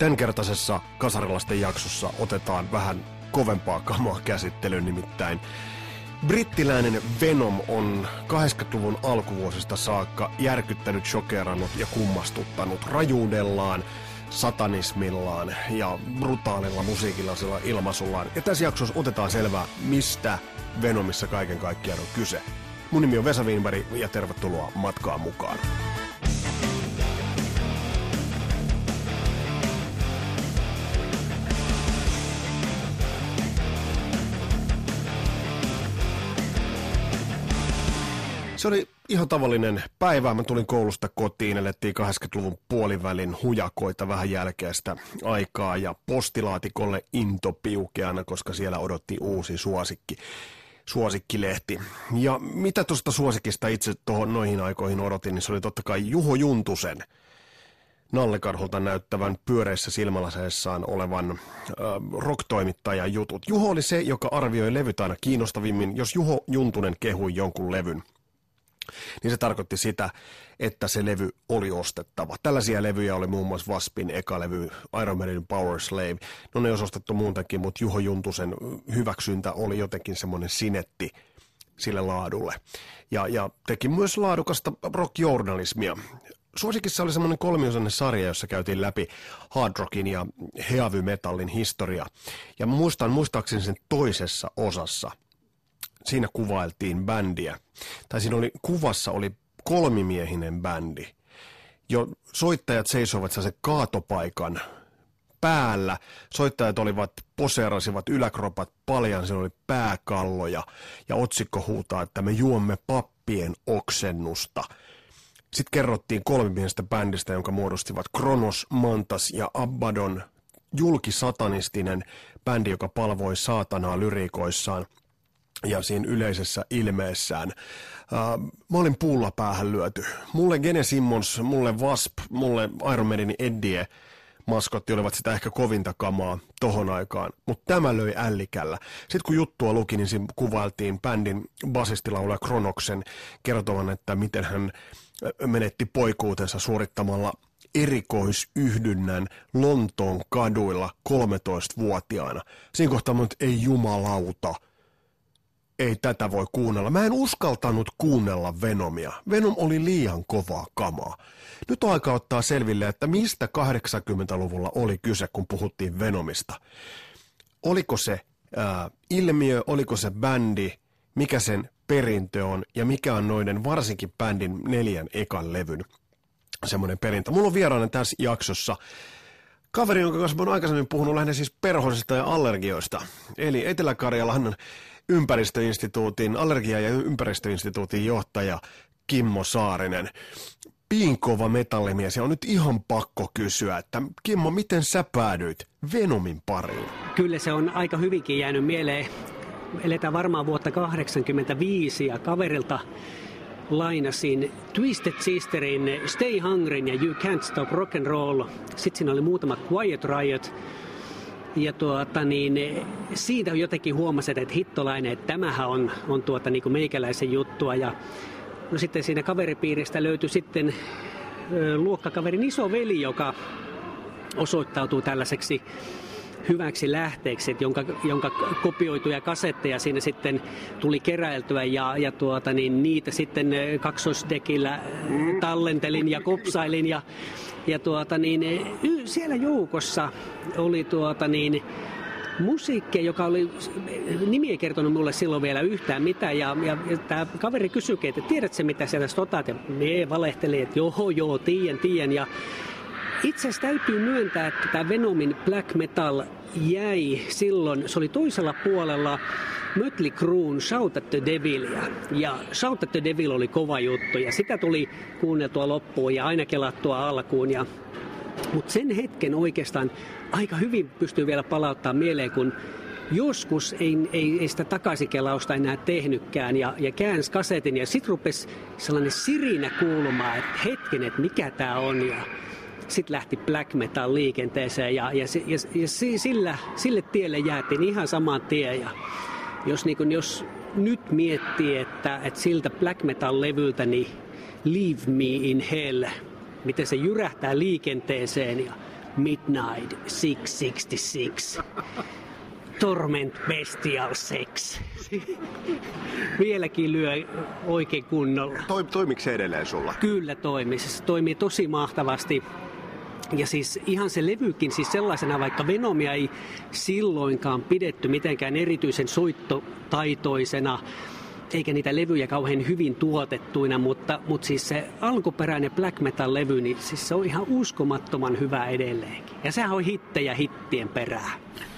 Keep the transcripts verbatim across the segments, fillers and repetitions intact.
Tämänkertaisessa Kasarilasten jaksossa otetaan vähän kovempaa kamaa käsittelyyn, nimittäin brittiläinen Venom on kahdeksankymmentäluvun alkuvuosista saakka järkyttänyt, shokerannut ja kummastuttanut rajuudellaan, satanismillaan ja brutaalilla musiikillisella ilmaisullaan. Ja tässä jaksossa otetaan selvää, mistä Venomissa kaiken kaikkiaan on kyse. Mun nimi on Vesa Wienberg ja tervetuloa matkaan mukaan. Se oli ihan tavallinen päivä. Mä tulin koulusta kotiin, elettiin kahdeksankymmentäluvun puolivälin hujakoita vähän jälkeistä aikaa ja postilaatikolle into piukeana, koska siellä odotti uusi suosikki, suosikkilehti. Ja mitä tuosta suosikista itse tuohon noihin aikoihin odotin, niin se oli totta kai Juho Juntusen nallekarhulta näyttävän pyöreissä silmälaseissaan olevan äh, rock-toimittajan jutut. Juho oli se, joka arvioi levyt aina kiinnostavimmin. Jos Juho Juntunen kehui jonkun levyn, niin se tarkoitti sitä, että se levy oli ostettava. Tällaisia levyjä oli muun muassa Waspin eka levy, Iron Maiden Power Slave. No ne olisi ostettu muutenkin, mutta Juho Juntusen hyväksyntä oli jotenkin semmoinen sinetti sille laadulle. Ja, ja teki myös laadukasta rock-journalismia. Suosikissa oli semmoinen kolmiosainen sarja, jossa käytiin läpi hard rockin ja heavy metallin historia. Ja muistan muistaakseni sen toisessa osassa. Siinä kuvailtiin bändiä, tai siinä oli, kuvassa oli kolmimiehinen bändi. Jo soittajat seisoivat se kaatopaikan päällä. Soittajat olivat, poseerasivat yläkropat paljon, se oli pääkalloja. Ja otsikko huutaa, että me juomme pappien oksennusta. Sitten kerrottiin kolmimiehestä bändistä, jonka muodostivat Kronos, Mantas ja Abaddon. Julkisatanistinen bändi, joka palvoi saatanaa lyriikoissaan ja siinä yleisessä ilmeessään. Uh, mä olin puulla päähän lyöty. Mulle Gene Simmons, mulle Wasp, mulle Iron Maiden Eddie maskotti olivat sitä ehkä kovinta kamaa tohon aikaan, mutta tämä löi ällikällä. Sitten kun juttua luki, niin siinä kuvailtiin bändin basistilaulaja Kronoksen kertovan, että miten hän menetti poikuutensa suorittamalla erikoisyhdynnän Lontoon kaduilla kolmetoistavuotiaana. Siinä kohtaa mä nyt, ei jumalauta, ei tätä voi kuunnella. Mä en uskaltanut kuunnella Venomia. Venom oli liian kovaa kamaa. Nyt on aika ottaa selville, että mistä kahdeksankymmentäluvulla oli kyse, kun puhuttiin Venomista. Oliko se ää, ilmiö, oliko se bändi, mikä sen perintö on ja mikä on noiden varsinkin bändin neljän ekan levyn semmoinen perintö. Mulla on vieraana tässä jaksossa kaveri, jonka kanssa mä oon aikaisemmin puhunut lähinnä siis perhosista ja allergioista. Eli Etelä-Karjalan ympäristöinstituutin, allergia- ja ympäristöinstituutin johtaja Kimmo Saarinen. Piinkova metallimies, ja on nyt ihan pakko kysyä, että Kimmo, miten sä päädyit Venomin pariin? Kyllä se on aika hyvinkin jäänyt mieleen. Eletään varmaan vuotta kahdeksankymmentäviisi ja kaverilta lainasin Twisted Sisterin Stay Hungryn ja You Can't Stop Rock and Roll. Sitten siinä oli muutama Quiet Riot. Ja tuota, niin, siitä jotenkin huomasin, että hittolainen, että tämähän on, on tuota, niin kuin meikäläisen juttua. Ja no sitten siinä kaveripiiristä löytyi sitten ö, luokkakaverin isoveli, joka osoittautuu tällaiseksi hyväksi lähteeksi, jonka, jonka kopioituja kasetteja siinä sitten tuli keräiltyä ja, ja tuota, niin niitä sitten kaksoisdekillä tallentelin ja kopsailin ja, ja tuota, niin, siellä joukossa oli tuota, niin, musiikkia, joka oli, nimi ei kertonut mulle silloin vielä yhtään mitään ja, ja, ja tämä kaveri kysyikin, että tiedätkö mitä sieltä otat ja me valehtelin, että joo joo, tiedän, tiedän ja itse asiassa täytyy myöntää, että tämä Venomin black metal jäi silloin, se oli toisella puolella Mötley Cruen Shout at the Devilia. Ja Shout at the Devil oli kova juttu ja sitä tuli kuunneltua loppuun ja aina kelattua alkuun. Ja, mutta sen hetken oikeastaan aika hyvin pystyy vielä palauttaa mieleen, kun joskus ei, ei, ei sitä takaisinkelausta enää tehnytkään ja, ja käänsi kasetin ja sitten rupesi sellainen sirinä kuulumaan, että hetken, että mikä tämä on ja sitten lähti black metal liikenteeseen ja, ja, ja, ja sillä, sille tielle jäätiin ihan saman tien. Ja jos, niin kun, jos nyt miettii, että, että siltä black metal levyltä niin Leave Me in Hell, miten se jyrähtää liikenteeseen ja Midnight six sixty-six. Torment Bestial Sex. Vieläkin lyö oikein kunnolla. Toi, toimiko se edelleen sulla? Kyllä toimii. Se toimii tosi mahtavasti. Ja siis ihan se levykin siis sellaisena, vaikka Venomia ei silloinkaan pidetty mitenkään erityisen soittotaitoisena, eikä niitä levyjä kauhean hyvin tuotettuina, mutta, mutta siis se alkuperäinen black metal-levy, niin siis se on ihan uskomattoman hyvä edelleenkin. Ja sehän on hittejä hittien perään.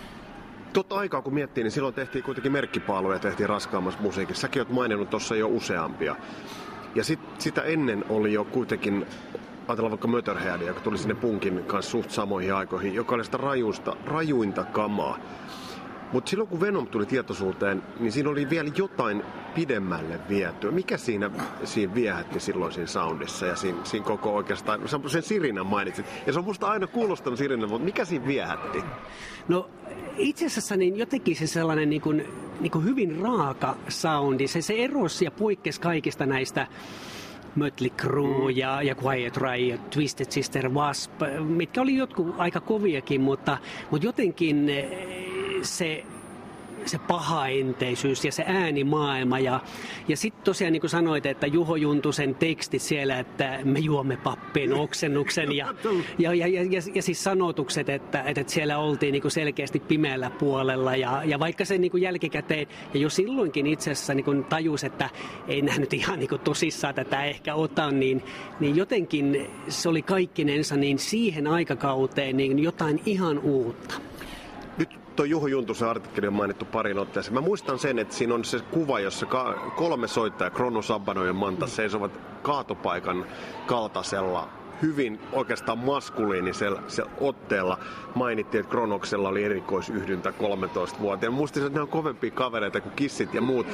Totta aikaa kun miettii, niin silloin tehtiin kuitenkin merkkipaaluja, tehtiin raskaammassa musiikissa. Säkin oot maininnut tuossa jo useampia. Ja sit, sitä ennen oli jo kuitenkin, ajatellaan vaikka Motorheadia, joka tuli sinne punkin kanssa suht samoihin aikoihin, joka oli sitä rajuista, rajuinta kamaa. Mutta silloin kun Venom tuli tietoisuuteen, niin siinä oli vielä jotain pidemmälle vietyä. Mikä siinä, siinä viehätti silloin siinä soundissa ja siinä, siinä koko oikeastaan, sen sirinän mainitsit. Ja se on musta aina kuulostanut sirinän, mutta mikä siinä viehätti? No itse asiassa niin jotenkin se sellainen niin kuin, niin kuin hyvin raaka soundi. Se, se erosi ja poikkesi kaikista näistä Mötley Crüe mm. ja, ja Quiet Riot, Twisted Sister, Wasp, mitkä oli jotkut aika koviakin, mutta, mutta jotenkin se, se pahaenteisyys ja se äänimaailma. Ja, ja sitten tosiaan niin kuin sanoit, että Juho Juntusen tekstit siellä, että me juomme pappien oksennuksen ja, ja, ja, ja, ja, ja siis sanotukset, että, että siellä oltiin niin kuin selkeästi pimeällä puolella. Ja, ja vaikka se niin kuin jälkikäteen, ja jo silloinkin itse asiassa niin kuin tajus, että ei nähnyt ihan niin kuin tosissaan tätä ehkä ota, niin, niin jotenkin se oli kaikkinensa niin siihen aikakauteen niin jotain ihan uutta. Tuo Juho Juntusen artikkeli on mainittu parin otteeseen. Mä muistan sen, että siinä on se kuva, jossa ka- kolme soittajaa, Krono, Sabbano ja Manta, seisovat kaatopaikan kaltaisella, hyvin oikeastaan maskuliinisella otteella. Mainittiin, että Kronoksella oli erikoisyhdyntä kolmetoistavuotiaana. Muistin, että ne on kovempia kavereita kuin Kissit ja muut.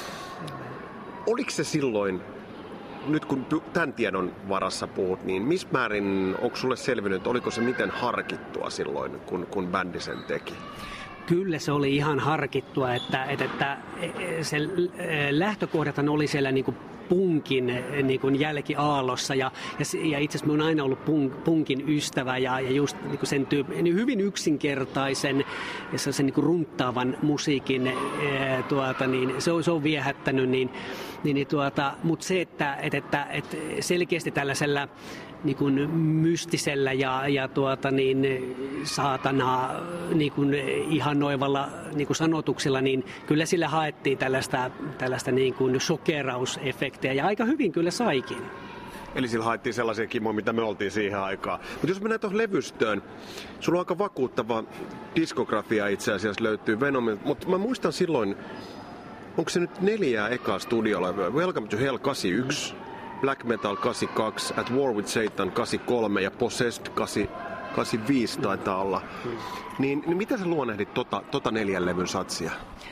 Oliko se silloin, nyt kun tämän tiedon varassa puhut, niin missä määrin, onko sulle selvinnyt, että oliko se miten harkittua silloin, kun, kun bändi sen teki? Kyllä se oli ihan harkittua, että, että, että se lähtökohdathan oli siellä niin kuin punkin niin kuin jälkiaallossa ja, ja, ja itse asiassa mä oon aina ollut punk, punkin ystävä ja, ja just niin kuin sen tyyppi, niin hyvin yksinkertaisen ja sellaisen niin kuin runttaavan musiikin ää, tuota, niin se on, se on viehättänyt, niin, niin, niin tuota, mutta se, että, että, että, että selkeästi tällaisella niin kuin mystisellä ja, ja tuota, niin, saatanaa niin kuin ihannoivalla niin kuin sanotuksilla, niin kyllä sillä haettiin tällaista, tällaista niin kuin shokerausefektiä ja aika hyvin kyllä saikin. Eli sillä haettiin sellaisia kimoja, mitä me oltiin siihen aikaan. Mutta jos mennään tuohon levystöön, sulla on aika vakuuttava diskografia itse asiassa löytyy Venomilta, mutta mä muistan silloin, onko se nyt neljää ekaa studiolevyä, Welcome to Hell kahdeksankymmentäyksi, Black Metal kahdeksankymmentäkaksi, At War with Satan kahdeksankymmentäkolme ja Possessed kahdeksankymmentäviisi taitaa olla. Niin, niin mitä sä luonnehdit tota, tota neljän levyn satsia?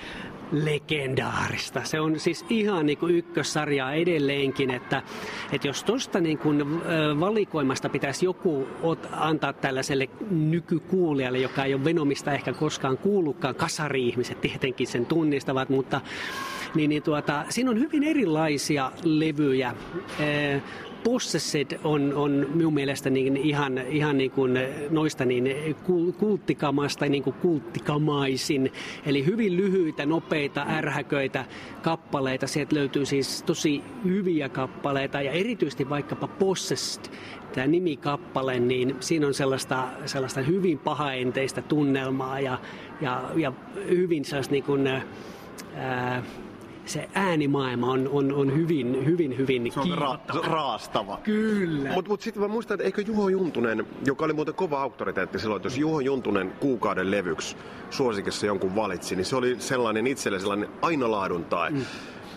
Legendaarista. Se on siis ihan niin kuin ykkössarjaa edelleenkin, että, että jos tuosta niin kuin valikoimasta pitäisi joku antaa tällaiselle nykykuulijalle, joka ei ole Venomista ehkä koskaan kuullutkaan, kasari-ihmiset tietenkin sen tunnistavat, mutta niin, niin tuota, siinä on hyvin erilaisia levyjä. Possessed on, on minun mielestä niin ihan, ihan niin kuin noista niin kulttikamasta niin kuin kulttikamaisin. Eli hyvin lyhyitä, nopeita, ärhäköitä kappaleita. Sieltä löytyy siis tosi hyviä kappaleita ja erityisesti vaikkapa Possessed, tämä nimikappale, niin siinä on sellaista, sellaista hyvin pahaenteistä tunnelmaa ja, ja, ja hyvin sellaista niin kuin, ää, se äänimaailma on, on, on hyvin, hyvin, hyvin se on ra- raastava. Kyllä. Mutta mut sitten mä muistan, että eikö Juho Juntunen, joka oli muuten kova auktoriteetti silloin, että jos Juho Juntunen kuukauden levyksi suosikissa jonkun valitsi, niin se oli sellainen itselle sellainen aina laadun tae. Mm.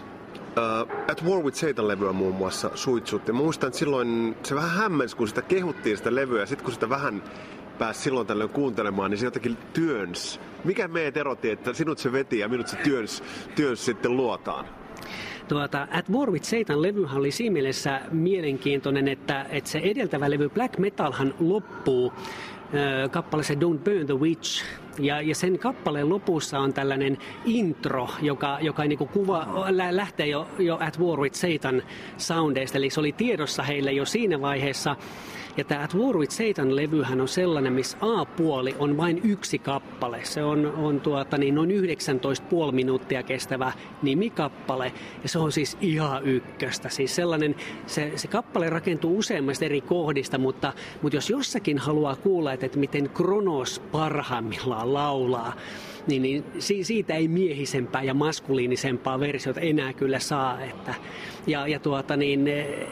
Uh, At War with Satan-levyä muun muassa suitsutti. Mä muistan, että silloin se vähän hämmensi, kun sitä kehuttiin sitä levyä, ja sitten kun sitä vähän pääsi silloin tällöin kuuntelemaan, niin se jotenkin työns. Mikä meidät erotti, että sinut se veti ja minut se työns, työns sitten luotaan? Tuota, At War with Satan-levyhän oli siinä mielessä mielenkiintoinen, että, että se edeltävä levy Black Metalhan loppuu äh, kappaleeseen Don't Burn the Witch. Ja, ja sen kappaleen lopussa on tällainen intro, joka, joka niin kuin kuva, lähtee jo, jo At War with Satan soundeista. Eli se oli tiedossa heille jo siinä vaiheessa. Ja tämä At War with Satan-levyhän on sellainen, missä A-puoli on vain yksi kappale. Se on, on tuota, niin noin yhdeksäntoista pilkku viisi minuuttia kestävä nimikappale, ja se on siis ihan ykköstä. Siis sellainen, se, se kappale rakentuu useammasta eri kohdista, mutta, mutta jos jossakin haluaa kuulla, että, että miten Kronos parhaimmillaan laulaa, niin, niin siitä ei miehisempää ja maskuliinisempaa versiota enää kyllä saa. Että, ja, ja tuota niin,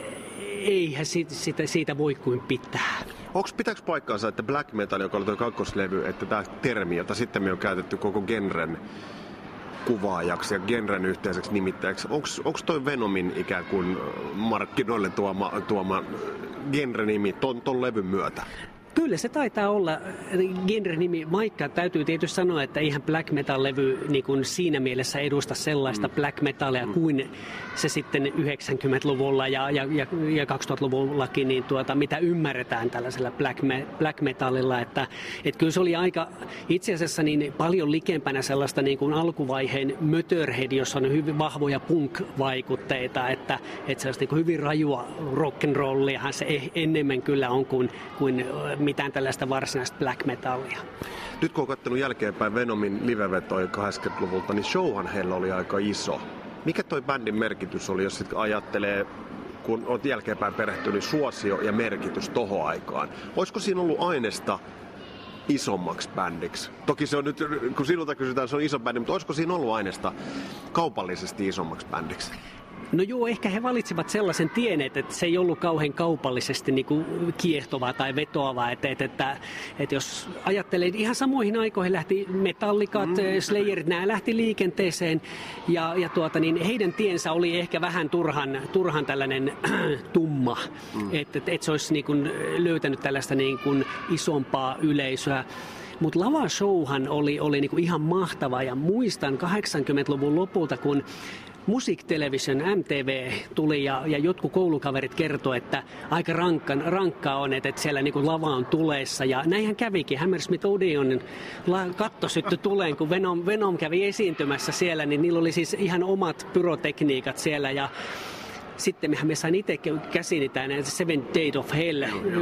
eihän siitä, siitä, siitä voi kuin pitää. Onko pitääkö paikkaansa, että black metal, joka oli tuo kakkoslevy, että tämä termi, jota sitten me on käytetty koko genren kuvaajaksi ja genren yhteiseksi nimittäjäksi, onko toi Venomin ikään kuin markkinoille tuoma, tuoma genrenimi ton, ton levyn myötä? Kyllä se taitaa olla genre-nimi, vaikka täytyy tietysti sanoa, että ihan black metal-levy niin kuin siinä mielessä edusta sellaista mm. black metalia kuin se sitten yhdeksänkymmentäluvulla ja, ja, ja, ja kaksituhattaluvullakin, niin tuota, mitä ymmärretään tällaisella black, me, black metalilla. Että, että kyllä se oli aika itse asiassa niin paljon likempänä sellaista niin kuin alkuvaiheen Motörhead, jossa on hyvin vahvoja punk-vaikutteita, että, että sellaista niin kuin hyvin rajua rock'n'rolliahan se enemmän kyllä on kuin, kuin mitään tällaista varsinaista black metalia. Nyt kun on katsonut jälkeenpäin Venomin livevetoja kahdeksankymmentäluvulta, niin showhan heillä oli aika iso. Mikä toi bändin merkitys oli, jos sitten ajattelee, kun olet jälkeenpäin perehtynyt, suosio ja merkitys tohon aikaan? Olisiko siinä ollut aineesta isommaksi bändiksi? Toki se on nyt, kun sinulta kysytään, se on iso bändi, mutta olisiko siinä ollut aineesta kaupallisesti isommaksi bändiksi? No joo, ehkä he valitsivat sellaisen tien, että se ei ollut kauhean kaupallisesti niin kuin kiehtovaa tai vetoavaa. Että, että, että, että jos ajattelee, ihan samoihin aikoihin lähti Metallicat, mm. Slayerit, nämä lähti liikenteeseen. Ja, ja tuota, niin heidän tiensä oli ehkä vähän turhan, turhan tällainen tumma. Mm. Että, että, että se olisi niin kuin löytänyt tällaista niin kuin isompaa yleisöä. Mutta lavashowhan oli, oli niinku ihan mahtava, ja muistan kahdeksankymmentäluvun lopulta, kun Music Television M T V tuli ja, ja jotkut koulukaverit kertoi, että aika rankka, rankkaa on, että, että siellä niinku lava on tuleessa. Ja näinhän kävikin. Hammersmith Odeon katto syttyi tuleen, kun Venom, Venom kävi esiintymässä siellä, niin niillä oli siis ihan omat pyrotekniikat siellä. Ja sitten mehän me sain itse käsiini tämän Seven Days of Hell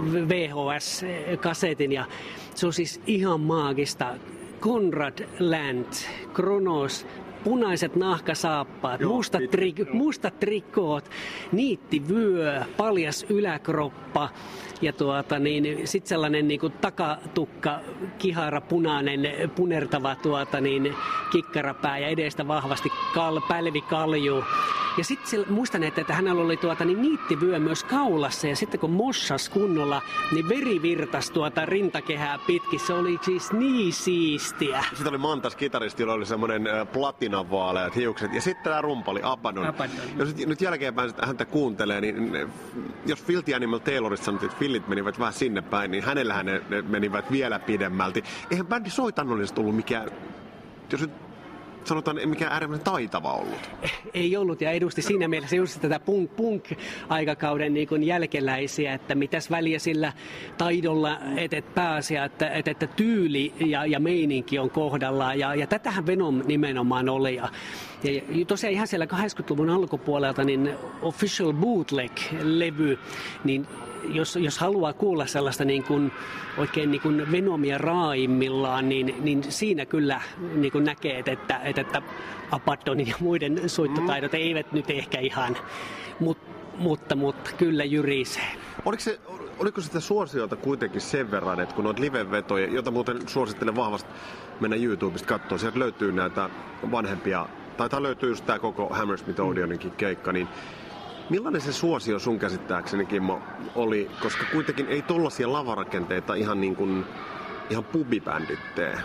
V H S-kasetin, ja se on siis ihan maagista. Conrad Land, Kronos, punaiset nahkasaappaat, Joo, mustat, tri- mustat trikoot, niittivyö, paljas yläkroppa ja tuota, niin, sitten sellainen niin kuin takatukka, kihara, punainen, punertava tuota, niin, kikkarapää ja edestä vahvasti kal- pälvikalju. Ja sitten muistan, että hänellä oli tuota, niin niittivyö myös kaulassa, ja sitten kun mossas kunnolla, niin veri virtasi tuota rintakehää pitkin. Se oli siis niin siistiä. Sitten oli Mantas kitaristi, jolla oli semmoinen platinavaaleat hiukset, ja sitten tämä rumpali Abaddon. Abaddon. Jos nyt jälkeenpäin häntä kuuntelee, niin jos Filthy Animal Taylorista sanottiin, että Fillit menivät vähän sinne päin, niin hänellähän ne, ne menivät vielä pidemmälti. Eihän bändi soitannollisesti ollut mikään, jos nyt sanotaan, mikään äärimmäisen taitava ollut. Ei ollut, ja edusti siinä mielessä just tätä punk, punk-aikakauden niin kuin jälkeläisiä, että mitäs väliä sillä taidolla, että et pääasia, että, että, että tyyli ja, ja meininki on kohdallaan, ja, ja tätähän Venom nimenomaan oli. Ja, ja tosiaan ihan siellä kahdeksankymmentäluvun alkupuolelta niin Official Bootleg-levy, niin Jos, jos haluaa kuulla sellaista niin kuin, oikein niin kuin Venomia raaimmillaan, niin, niin siinä kyllä niin kuin näkee, että, että, että Abaddonin ja muiden soittotaidot mm. eivät nyt ehkä ihan, Mut, mutta, mutta kyllä jyrisee. Oliko, se, oliko sitä suosiota kuitenkin sen verran, että kun on live-vetoja, jota muuten suosittelen vahvasti mennä YouTubesta katsoa, sieltä löytyy näitä vanhempia, taitaa löytyy just tämä koko Hammersmith Odeoninkin keikka, niin millainen se suosio sun käsittääkseni, Kimmo, oli, koska kuitenkin ei tollaisia lavarakenteita ihan niin kuin ihan pubibändit tee?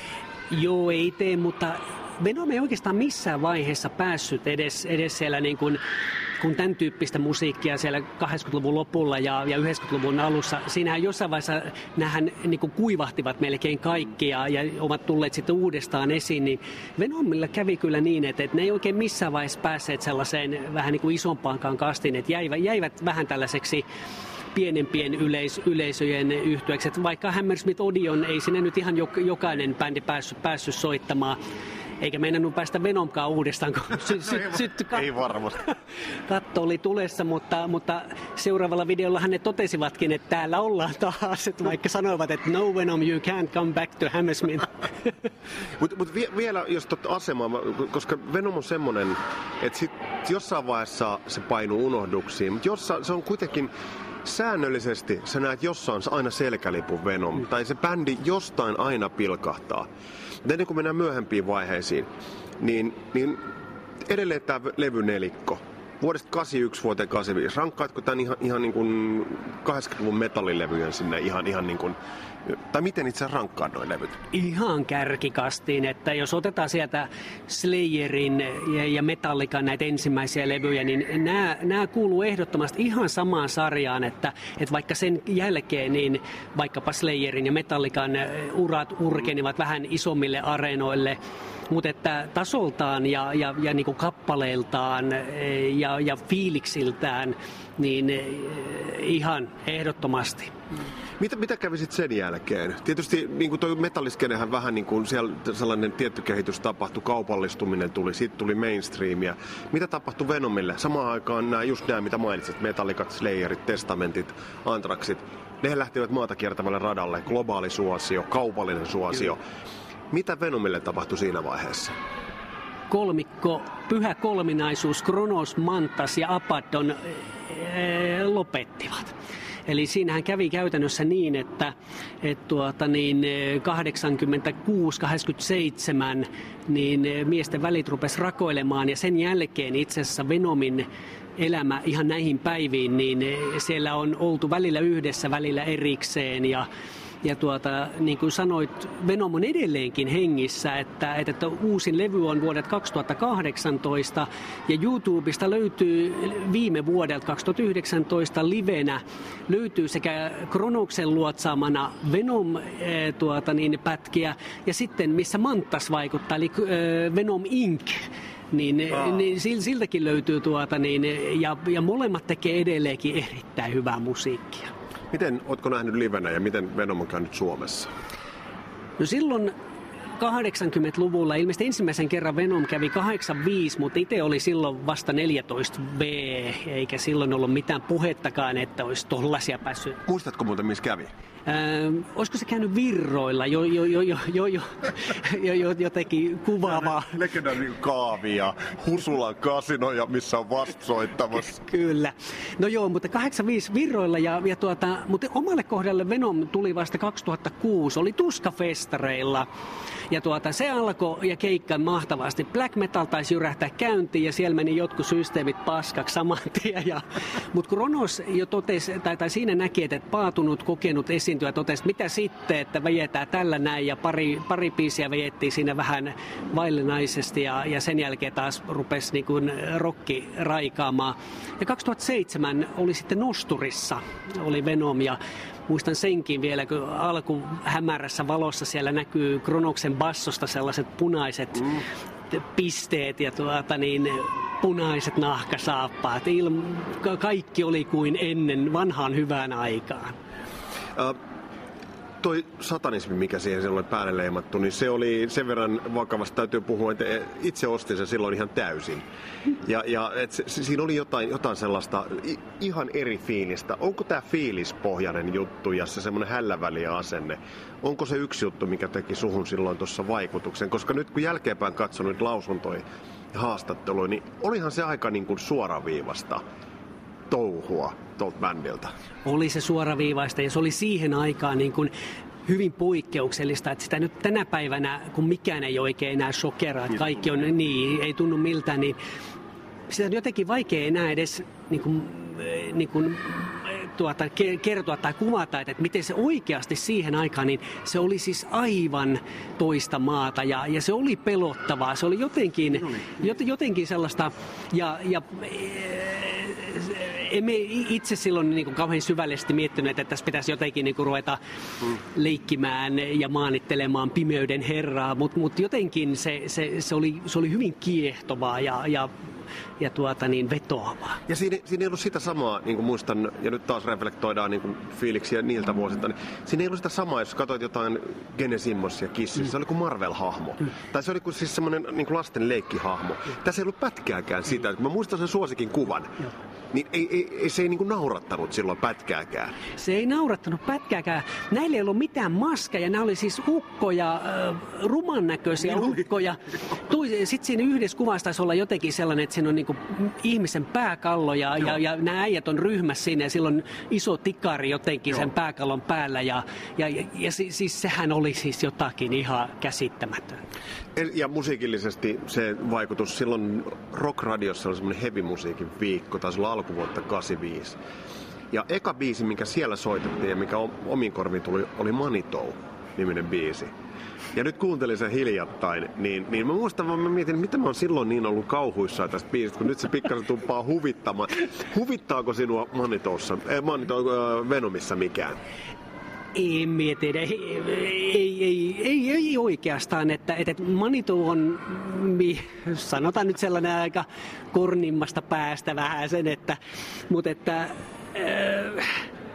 Joo, ei tee, mutta Venom ei oikeastaan missään vaiheessa päässyt edes, edes siellä niin kuin, kun tämän tyyppistä musiikkia siellä kahdeksankymmentäluvun lopulla ja, ja yhdeksänkymmentäluvun alussa. Siinähän jossain vaiheessa nämähän niin kuin kuivahtivat melkein kaikki ja, ja ovat tulleet sitten uudestaan esiin. Niin Venomilla kävi kyllä niin, että, että ne ei oikein missään vaiheessa päässeet sellaiseen vähän niin kuin isompaankaan kastiin, että jäivät, jäivät vähän tällaiseksi pienempien yleis- yleisöjen yhtyeeksi. Vaikka Hammersmith Odeon ei sinne nyt ihan jokainen bändi päässyt, päässyt soittamaan. eikä meinannut päästä Venomkaan uudestaan, kun sy- sy- syttyi katto. Ei varmasti. Katto oli tulessa, mutta, mutta seuraavalla videollahan ne totesivatkin, että täällä ollaan taas, että vaikka sanoivat, että no Venom, you can't come back to Hammersmith. Mutta mut vie, vielä jos tuota asemaa, koska Venom on semmoinen, että sit jossain vaiheessa se painuu unohduksiin, mutta jossain, se on kuitenkin säännöllisesti, sä näet jossain aina selkälipun Venom, mm. tai se bändi jostain aina pilkahtaa. Mutta ennen kuin mennään myöhempiin vaiheisiin, niin, niin edelleen tämä levynelikko. Vuodesta kahdeksankymmentäyksi vuoteen kahdeksankymmentäviisi. Rankkaatko tämän ihan, ihan niin kuin kahdeksankymmentäluvun metallilevyjen sinne ihan, ihan niin kuin, tai miten itse rankkaat nuo levyt? Ihan kärkikastiin, että jos otetaan sieltä Slayerin ja, ja Metallican näitä ensimmäisiä levyjä, niin nämä, nämä kuuluu ehdottomasti ihan samaan sarjaan, että, että vaikka sen jälkeen niin vaikkapa Slayerin ja Metallican urat urkenivat vähän isommille areenoille, mutta että tasoltaan ja, ja, ja niin kuin kappaleiltaan ja, ja fiiliksiltään, niin ihan ehdottomasti. Mitä, mitä kävisit sen jälkeen? Tietysti niin kuin toi metalliskenehän vähän niin kuin siellä sellainen tietty kehitys tapahtui, kaupallistuminen tuli, sitten tuli mainstreamia. Mitä tapahtui Venomille? Samaan aikaan nämä, just nämä, mitä mainitsit, Metallicat, Slayerit, Testamentit, Anthraxit, ne lähtivät maata kiertävälle radalle, globaali suosio, kaupallinen suosio. Mitä Venomille tapahtui siinä vaiheessa? Kolmikko, pyhä kolminaisuus, Kronos, Mantas ja Abaddon ee, lopettivat. Eli siinähän kävi käytännössä niin, että et tuota, niin kahdeksankymmentäkuusi kahdeksankymmentäseitsemän niin miesten välit rupesi rakoilemaan ja sen jälkeen itse asiassa Venomin elämä ihan näihin päiviin, niin siellä on oltu välillä yhdessä, välillä erikseen ja Ja tuota, niin kuin sanoit, Venom on edelleenkin hengissä, että, että uusin levy on vuodet kaksituhattakahdeksantoista ja YouTubesta löytyy viime vuodelta kaksituhattayhdeksäntoista livenä, löytyy sekä Kronoksen luotsaamana Venom eh, tuota, niin, pätkiä ja sitten missä Mantas vaikuttaa, eli eh, Venom incorporated. Niin, ah. niin siltäkin löytyy tuota, niin, ja, ja molemmat tekee edelleenkin erittäin hyvää musiikkia. Miten, ootko nähnyt livenä ja miten Venom on käynyt Suomessa? No silloin kahdeksankymmentäluvulla, ilmeisesti ensimmäisen kerran Venom kävi kahdeksankymmentäviisi, mutta itse oli silloin vasta neljätoista vuotta, eikä silloin ollut mitään puhettakaan, että olisi tollaisia päässyt. Muistatko muuten, missä kävi? Öö, olisiko se käynyt Virroilla jo, jo, jo, jo, jo, jo, jo, jo jotenkin kuvaavaa? Legendaarinen Kaavi ja Husulan kasinoja, missä on vastasoittamassa. Kyllä. No joo, mutta kahdeksankymmentäviisi Virroilla ja, ja tuota, mutta omalle kohdalle Venom tuli vasta kaksituhattakuusi, oli Tuskafestareilla. Ja tuota, se alkoi ja keikka mahtavasti. Black metal taisi jyrähtää käyntiin ja siellä meni jotkut systeemit paskaksi saman tien. Ja, mutta Kronos jo totesi, tai, tai siinä näki, että paatunut, kokenut esiintyjä totesi, mitä sitten, että vejetään tällä näin. Ja pari, pari biisiä vejettiin siinä vähän vaillenaisesti ja, ja sen jälkeen taas rupesi niin kuin rokki raikaamaan. Ja kaksituhattaseitsemän oli sitten Nosturissa, oli Venom ja muistan senkin vielä, kun alku hämärässä valossa siellä näkyy Kronoksen bassosta sellaiset punaiset mm. pisteet ja tuota niin, punaiset nahkasaappaat. Ilma, kaikki oli kuin ennen vanhaan hyvään aikaan. Uh. Toi satanismi, mikä siihen oli päälle leimattu, niin se oli sen verran vakavasti, täytyy puhua, että itse ostin sen silloin ihan täysin. Ja, ja et se, siinä oli jotain, jotain sellaista ihan eri fiilistä. Onko tämä fiilispohjainen juttu ja se semmoinen hälläväliä asenne, onko se yksi juttu, mikä teki suhun silloin tuossa vaikutuksen? Koska nyt kun jälkeenpäin katson nyt lausuntoja ja haastatteluja, niin olihan se aika niin kuin suoraviivasta touhua tuolta bändiltä. Oli se suoraviivaista ja se oli siihen aikaan niin kuin hyvin poikkeuksellista, että sitä nyt tänä päivänä, kun mikään ei oikein enää shokeraa, että kaikki on niin, ei tunnu miltään, niin sitä on jotenkin vaikea enää edes niin kuin, niin kuin, tuota, kertoa tai kuvata, että miten se oikeasti siihen aikaan, niin se oli siis aivan toista maata ja, ja se oli pelottavaa, se oli jotenkin, jotenkin sellaista ja, ja emme itse silloin niin kuin kauhean syvällisesti miettineet, että tässä pitäisi jotenkin niin kuin ruveta mm. leikkimään ja maanittelemaan pimeyden herraa, mutta mut jotenkin se, se, se, oli, se oli hyvin kiehtovaa ja, ja ja tuota niin vetoavaa. Ja siinä, siinä ei ollut sitä samaa, niin kuin muistan, ja nyt taas reflektoidaan niin kuin fiiliksiä niiltä vuosilta, niin siinä ei ollut sitä samaa, jos katsoit jotain Gene Simmonsia Kississä, mm. se oli kuin Marvel-hahmo. Mm. Tai se oli kuin siis semmoinen niin kuin lasten leikkihahmo. Mm. Tässä ei ollut pätkääkään sitä, että mä muistan sen suosikin kuvan. Mm. Niin ei, ei, ei, se ei niin kuin naurattanut silloin pätkääkään. Se ei naurattanut pätkääkään. Näillä ei ollut mitään maskeja. Nämä oli siis ukkoja, äh, ruman näköisiä ukkoja. Sitten siinä yhdessä kuvassa taisi olla jotenkin sellainen, että siinä on niin kuin ihmisen pääkallo ja, ja, ja nämä äijät on ryhmässä siinä ja silloin iso tikari jotenkin Joo. sen pääkallon päällä. Ja, ja, ja, ja siis sehän oli siis jotakin ihan käsittämätön. Ja musiikillisesti se vaikutus, silloin Rock-radiossa oli semmoinen heavy-musiikin viikko, taisi olla alkuvuotta kahdeksankymmentäviisi. Ja eka biisi, mikä siellä soitettiin ja mikä omiin korviin tuli, oli Manitou-niminen biisi. Ja nyt kuuntelin sen hiljattain, niin, niin mä muistan vaan, mä mietin, mitä mä oon silloin niin ollut kauhuissaan tästä biisistä, kun nyt se pikkasen tuppaa huvittamaan. Huvittaako sinua Manitoussa, äh, Manitou äh, Venomissa mikään? En mieti, ei, ei, ei, ei, ei oikeastaan, että, että Manitou on, sanotaan nyt sellainen aika kornimmasta päästä vähän sen, että, mutta että äh,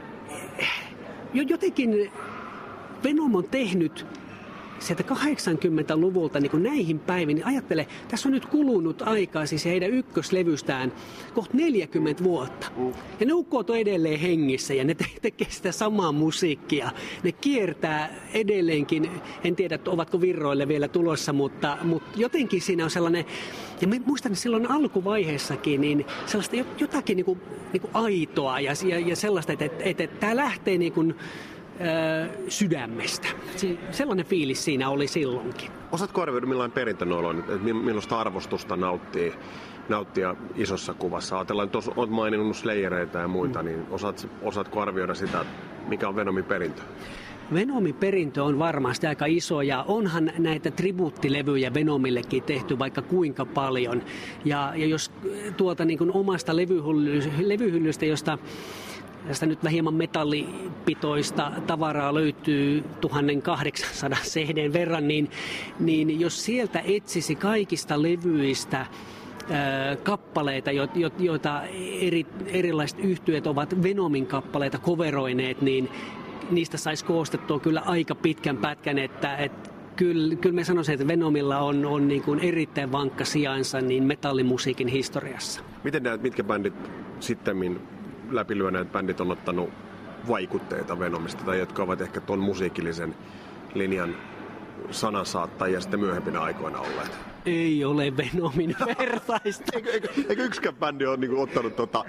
jotenkin Venom on tehnyt sieltä kahdeksankymmentäluvulta niin kuin näihin päiviin, niin ajattele, tässä on nyt kulunut aikaa siis heidän ykköslevystään kohta neljäkymmentä vuotta. Ja ne ukot on edelleen hengissä ja ne te- tekee sitä samaa musiikkia. Ne kiertää edelleenkin, en tiedä ovatko virroille vielä tulossa, mutta, mutta jotenkin siinä on sellainen, ja mä muistan silloin alkuvaiheessakin, niin sellaista jotakin niin kuin, niin kuin aitoa ja, ja, ja sellaista, että, että, että, että tämä lähtee niin kuin sydämestä. Sellainen fiilis siinä oli silloinkin. Osaatko arvioida, millainen perintö noilla on, että millaista arvostusta nauttii, nauttia isossa kuvassa? Ajatellaan, että olet maininnut Slayereita ja muita, mm. niin osaat, osaatko arvioida sitä, mikä on Venomin perintö? Venomin perintö on varmasti aika iso ja onhan näitä tribuuttilevyjä Venomillekin tehty vaikka kuinka paljon. Ja, ja jos tuota niin kuin omasta levyhyllystä, josta Tästä nyt hieman metallipitoista tavaraa löytyy tuhatkahdeksansataa C D:n verran, niin, niin jos sieltä etsisi kaikista levyistä ää, kappaleita, jo, jo, joita eri, erilaiset yhtyeet ovat Venomin kappaleita coveroineet, niin niistä saisi koostettua kyllä aika pitkän pätkän, että et, Kyllä, kyllä me sanoisin, että Venomilla on, on niin kuin erittäin vankka sijainsa niin metallimusiikin historiassa. Miten näet, mitkä bändit sittemmin läpilyöneet bändit on ottanut vaikutteita Venomista, tai jotka ovat ehkä tuon musiikillisen linjan sanansaattajia sitten myöhempinä aikoina olleet? Ei ole Venomin vertaista. eikö, eikö, eikö yksikään bändi ole niin kuin ottanut tota...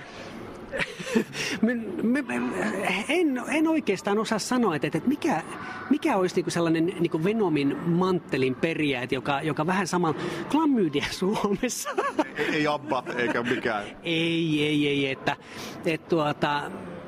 en, en oikeastaan osaa sanoa, että, että mikä, mikä olisi niin kuin sellainen niin kuin Venomin manttelin perijä, joka, joka vähän sama klamydia Suomessa. Ei Abba eikä mikään. Ei, ei, ei, että, että tuota...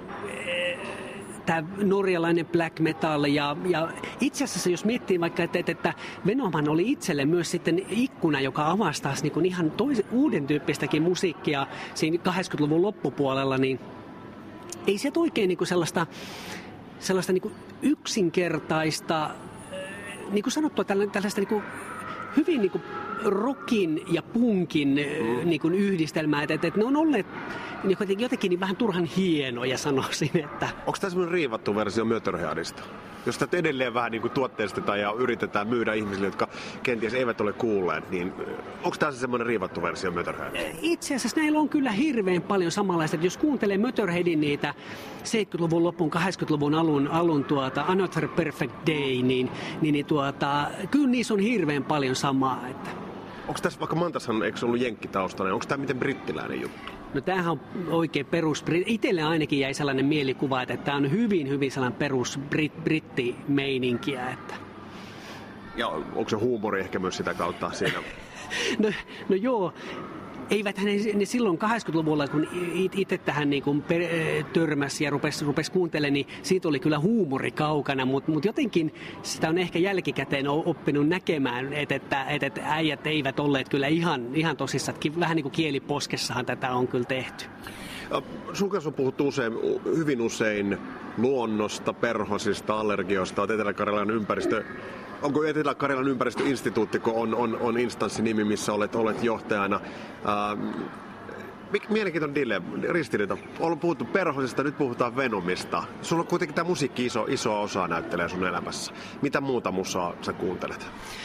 tämä norjalainen black metal ja, ja itse asiassa jos miettii vaikka, että, että Venomhan oli itselle myös sitten ikkuna, joka avasi taas niin kuin ihan toisen, uuden tyyppistäkin musiikkia siinä kahdeksankymmentäluvun loppupuolella, niin ei se oikein niin kuin sellaista, sellaista niin kuin yksinkertaista, niin kuin sanottua, tällaista niin kuin hyvin niin kuin rockin ja punkin mm. niin kuin yhdistelmää, että, että ne on olleet niin jotenkin niin vähän turhan hienoja, sanoisin. Että... Onko tämä semmoinen riivattu versio Motorheadista? Jos tätä edelleen vähän niin kuin tuotteistetaan ja yritetään myydä ihmisille, jotka kenties eivät ole kuulleet, niin onko tämä semmoinen riivattu versio Motorheadista? Itse asiassa näillä on kyllä hirveän paljon samanlaista. Jos kuuntelee Motorheadin niitä seitsemänkymmentäluvun lopun, kahdeksankymmentäluvun alun, alun tuota, Another Perfect Day, niin, niin tuota, kyllä niissä on hirveän paljon samaa. Että... Onko tässä, vaikka Mantashan eikö ollut jenkkitaustainen, onko tämä miten brittiläinen juttu? No tämähän on oikein perus, itselle ainakin jäi sellainen mielikuva, että tämä on hyvin, hyvin sellainen perus brit, brittimeininkiä. Että... Ja onko se huumori ehkä myös sitä kautta siinä? no, no joo. Eiväthän ne, ne silloin kahdeksankymmentäluvulla, kun itse tähän niin kuin per, törmäsi ja rupesi, rupesi kuuntelemaan, niin siitä oli kyllä huumori kaukana, mutta mut jotenkin sitä on ehkä jälkikäteen oppinut näkemään, että, että, että äijät eivät olleet kyllä ihan, ihan tosissaan. Vähän niin kuin kieliposkessahan tätä on kyllä tehty. Sun kanssa on puhuttu usein, hyvin usein luonnosta, perhosista, allergioista, Etelä-Karjalan ympäristö. Onko Etelä-Karjalan ympäristöinstituutti, kun on, on, on instanssinimi, missä olet, olet johtajana? Ähm, Mielenkiintoinen dilemma, ristiriita. Ollaan puhuttu perhosista, nyt puhutaan Venomista. Sulla on kuitenkin tämä musiikki iso, iso osa näyttelee sun elämässä. Mitä muuta musaa sä kuuntelet?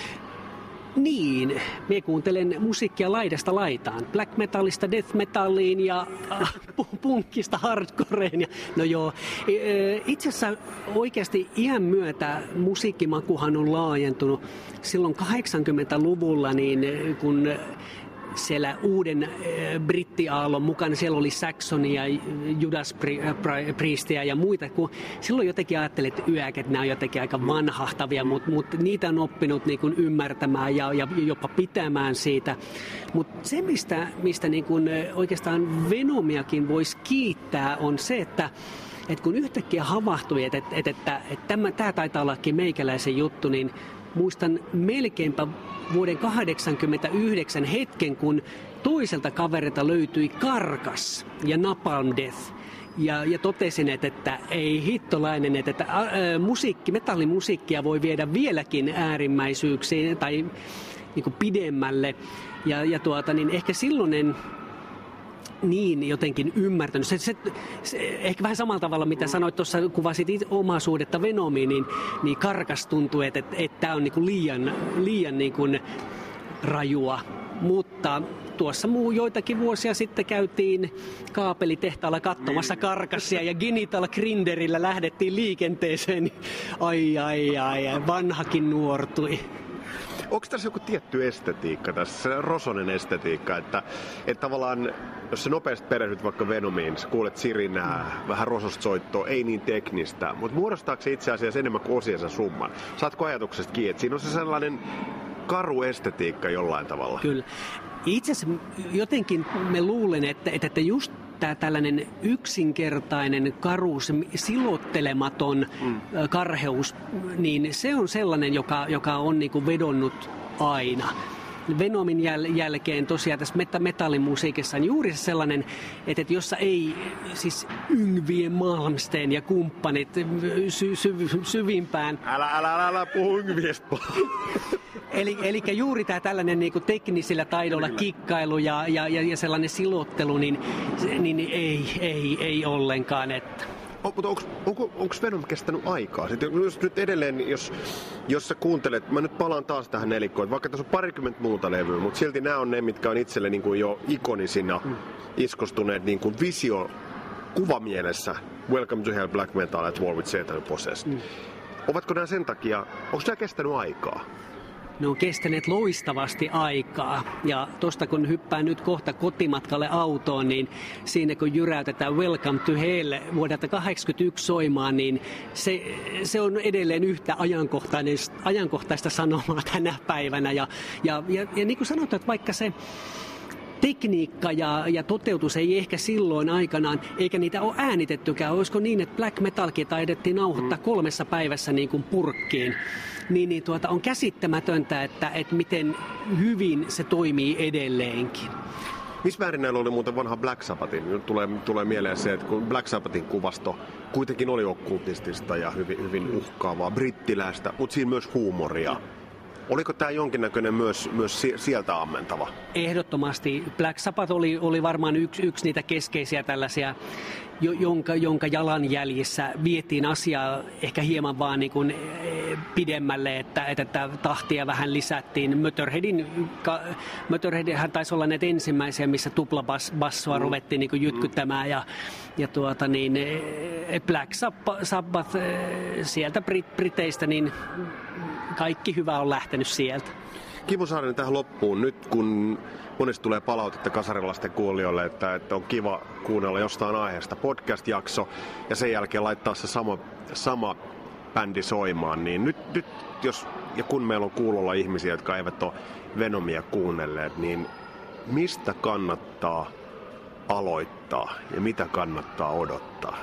Niin, me kuuntelen musiikkia laidasta laitaan. Black metallista death metalliin ja äh, punkista hardcoreen. Ja, no joo, itse asiassa oikeasti iän myötä musiikkimakuhan on laajentunut. Silloin kahdeksankymmentäluvulla, niin kun siellä uuden äh, brittiaallon mukana, siellä oli Saxonia, Judas Priestia ja muita, kun silloin jotenkin ajattelin, että yäket, nämä on jotenkin aika vanhahtavia, mutta mut niitä on oppinut niin kuin ymmärtämään ja, ja jopa pitämään siitä. Mutta se, mistä, mistä niin kuin oikeastaan Venomiakin voisi kiittää, on se, että et kun yhtäkkiä havahtui, että, että, että, että, että tämä, tämä taitaa ollakin meikäläisen juttu, niin muistan melkeinpä vuoden kahdeksankymmentäyhdeksän hetken, kun toiselta kaverilta löytyi Karkas ja Napalm Death. Ja, ja totesin, että, että ei hittolainen, että, että ä, musiikki, metallimusiikkia voi viedä vieläkin äärimmäisyyksiin tai niin kuin pidemmälle. Ja, ja tuota, niin ehkä silloin en niin jotenkin ymmärtänyt. Se, se, se, ehkä vähän samalla tavalla, mitä sanoit tuossa, kuvasit omaa suhdetta Venomiin, niin, niin Karkas tuntuu, että tämä että, että on niin kuin liian, liian niin kuin rajua. Mutta tuossa muu joitakin vuosia sitten käytiin kaapelitehtaalla katsomassa Karkassia ja Genital Grinderillä lähdettiin liikenteeseen. Ai, ai, ai, vanhakin nuortui. Onko tässä joku tietty estetiikka, tässä rosonen estetiikka, että, että tavallaan, jos sä nopeasti perehdyt vaikka Venomiin, sä kuulet sirinää, mm. vähän rososta soittoa, ei niin teknistä, mutta muodostaako se itse asiassa enemmän kuin osiensa summan? Saatko ajatuksesta kiinni, että siinä on se sellainen karu estetiikka jollain tavalla? Kyllä. Itse asiassa jotenkin me luulen, että, että just tämä tällainen yksinkertainen, karu, silottelematon mm. karheus, niin se on sellainen, joka, joka on niin kuin vedonnut aina. Venomin jäl- jälkeen tosiaan tässä meta- metallimusiikissa on juuri se sellainen, että, että jossa ei siis Yngwie Malmsteen ja kumppanit sy- sy- syvimpään. Älä, älä, älä, älä puhu Yngviestä. Eli, eli juuri tämä tällainen niin kuin teknisillä taidolla kikkailu ja, ja, ja sellainen silottelu, niin, niin ei, ei, ei ollenkaan. Että. O, mutta onko, onko, onko Venom kestänyt aikaa? Sitten jos nyt edelleen, jos, jos sä kuuntelet, mä nyt palaan taas tähän nelikkoon, vaikka tässä on parikymmentä muuta levyä, mutta silti nämä on ne, mitkä on itselle niin kuin jo ikonisina mm. iskostuneet niin kuin visio kuvamielessä. Welcome to Hell, Black Metal, at War with Satan Possessed. Mm. Ovatko nämä sen takia, onko nämä kestänyt aikaa? Ne on kestäneet loistavasti aikaa. Ja tuosta kun hyppää nyt kohta kotimatkalle autoon, niin siinä kun jyräytetään Welcome to Hell vuodelta kahdeksankymmentäyksi soimaan, niin se, se on edelleen yhtä ajankohtaista sanomaa tänä päivänä. Ja, ja, ja, ja niin kuin sanotaan, että vaikka se tekniikka ja, ja toteutus ei ehkä silloin aikanaan, eikä niitä ole äänitettykään. Olisiko niin, että black metalkin taidettiin nauhoittaa kolmessa päivässä niin kuin purkkiin. Niin, niin tuota, on käsittämätöntä, että, että miten hyvin se toimii edelleenkin. Missä määrin näillä oli muuten vanha Black Sabbathin? Tulee, tulee mieleen se, että kun Black Sabbathin kuvasto kuitenkin oli okkultistista ja hyvin, hyvin uhkaavaa, brittiläistä, mutta siinä myös huumoria. Oliko tämä jonkinnäköinen myös, myös sieltä ammentava? Ehdottomasti. Black Sabbath oli, oli varmaan yksi, yksi niitä keskeisiä tällaisia, jo, jonka, jonka jalanjäljissä vietiin asiaa ehkä hieman vaan niin kuin pidemmälle, että, että tahtia vähän lisättiin. Motorheadin, Motorheadhän taisi olla näitä ensimmäisiä, missä tuplabassoa mm. ruvettiin niin kuin jytkyttämään. Ja, ja tuota niin, Black Sabbath sieltä Brit- Briteistä, niin kaikki hyvä on lähtenyt sieltä. Kimmo Saarinen tähän loppuun. Nyt kun monesti tulee palautetta kasarilaisten kuulijoille, että, että on kiva kuunnella jostain aiheesta podcast-jakso ja sen jälkeen laittaa se sama, sama bändi soimaan, niin nyt, nyt jos ja kun meillä on kuulolla ihmisiä, jotka eivät ole Venomia kuunnelleet, niin mistä kannattaa aloittaa ja mitä kannattaa odottaa?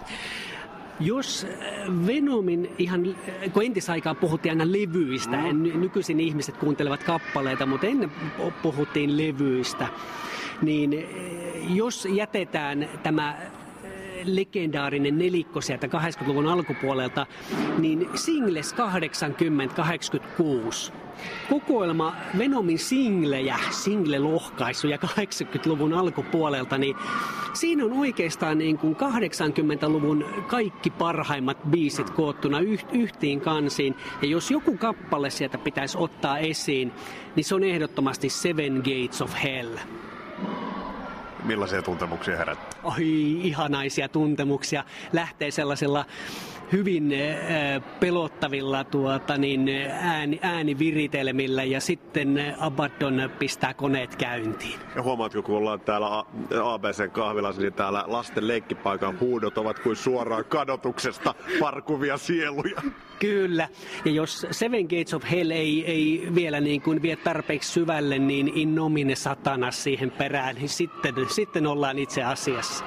Jos Venomin ihan, kun entisaikaan puhuttiin aina levyistä, mm. nykyisin ihmiset kuuntelevat kappaleita, mutta ennen puhuttiin levyistä, niin jos jätetään tämä legendaarinen nelikko sieltä kahdeksankymmentäluvun alkupuolelta, niin Singles kahdeksankymmentä kahdeksankymmentäkuusi. Kokoelma Venomin singlejä, single-lohkaisuja kahdeksankymmentäluvun alkupuolelta, niin siinä on oikeastaan niin kuin kahdeksankymmentäluvun kaikki parhaimmat biisit koottuna yhteen kansiin. Ja jos joku kappale sieltä pitäisi ottaa esiin, niin se on ehdottomasti Seven Gates of Hell. Millaisia tuntemuksia herättää? Oi, ihanaisia tuntemuksia. Lähtee sellaisella hyvin äh, pelottavilla tuota, niin, ääni, ääniviritelmillä ja sitten Abaddon pistää koneet käyntiin. Ja huomaatko, kun ollaan täällä A B C:n kahvilassa, niin täällä lasten leikkipaikan huudot ovat kuin suoraan kadotuksesta parkuvia sieluja. Kyllä, ja jos Seven Gates of Hell ei, ei vielä niin kuin vie tarpeeksi syvälle, niin in nomine satanas siihen perään, niin sitten, sitten ollaan itse asiassa.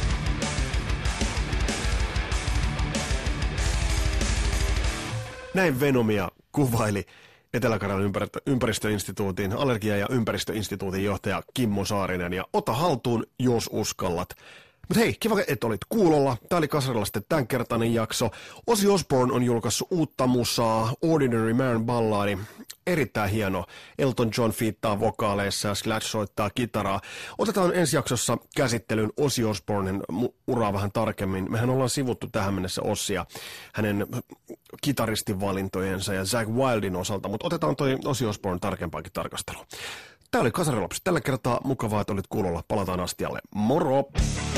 Näin Venomia kuvaili Etelä-Karjalan ympäristöinstituutin, allergia- ja ympäristöinstituutin johtaja Kimmo Saarinen. Ja ota haltuun, jos uskallat. Mutta hei, kiva, että olit kuulolla. Tämä oli Kasarilla sitten tämänkertainen jakso. Ozzy Osbourne on julkaissut uutta musaa, Ordinary Man balladi. Erittäin hieno. Elton John fiittaa vokaaleissa ja Slash soittaa kitaraa. Otetaan ensi jaksossa käsittelyyn Ozzy Osbournen uraa vähän tarkemmin. Mehän ollaan sivuttu tähän mennessä Ozzyä hänen kitaristinvalintojensa ja Zakk Wildin osalta, mutta otetaan toi Ozzy Osbourne tarkempaankin tarkasteluun. Tämä oli Kasarilapsi tällä kertaa. Mukavaa, että olit kuulolla. Palataan astialle. Moro!